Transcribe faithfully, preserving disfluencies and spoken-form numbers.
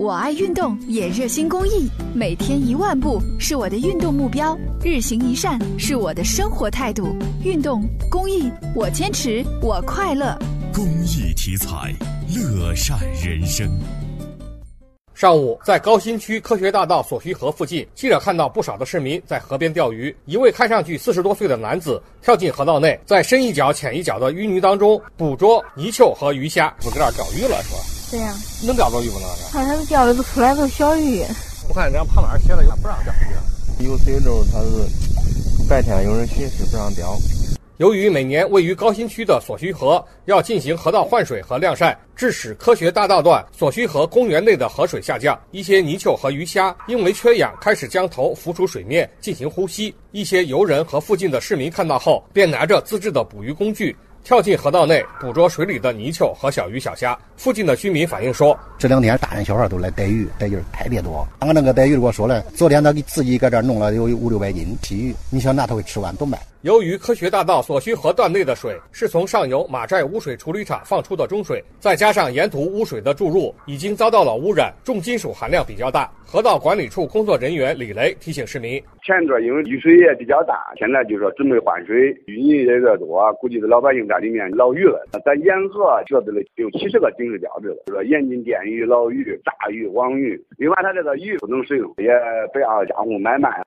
我爱运动，也热心公益，每天一万步是我的运动目标，日行一善是我的生活态度。运动公益，我坚持，我快乐。 公益题材，乐善人生。 上午，在高新区科学大道索须河附近，记者看到不少的市民在河边钓鱼。一位看上去四十多岁的男子跳进河道内，在深一脚浅一脚的淤泥当中捕捉泥鳅和鱼虾。我搁这儿钓鱼了是吧？ 对呀、啊。 能钓着鱼不能？ 看他们钓的都出来都小鱼。 我看人家旁边写的不让钓鱼。 有水流，他是白天有人巡视不让钓。 由于每年位于高新区的索须河要进行河道换水和晾晒，致使科学大道段索须河公园内的河水下降，一些泥鳅和鱼虾因为缺氧开始将头浮出水面进行呼吸。一些游人和附近的市民看到后，便拿着自制的捕鱼工具跳进河道内捕捉水里的泥鳅和小鱼小虾。附近的居民反映说， 这两天大人小孩都来逮鱼，逮鱼特别多。刚刚那个逮鱼的给我说了，昨天他给自己搁这弄了有五六百斤鲫鱼，你想那他会吃完怎么办？ 由于科学大道索须河段内的水是从上游马寨污水处理厂放出的中水，再加上沿途污水的注入，已经遭到了污染，重金属含量比较大。河道管理处工作人员李雷提醒市民， 前段因为雨水也比较大，现在就说准备换水，淤泥也越多，估计的老百姓在里面捞鱼了。咱沿河设置了有七十个警示标志了，就说严禁电鱼、捞鱼、炸鱼、网鱼。另外，它这个鱼不能食用，也不要加工买卖。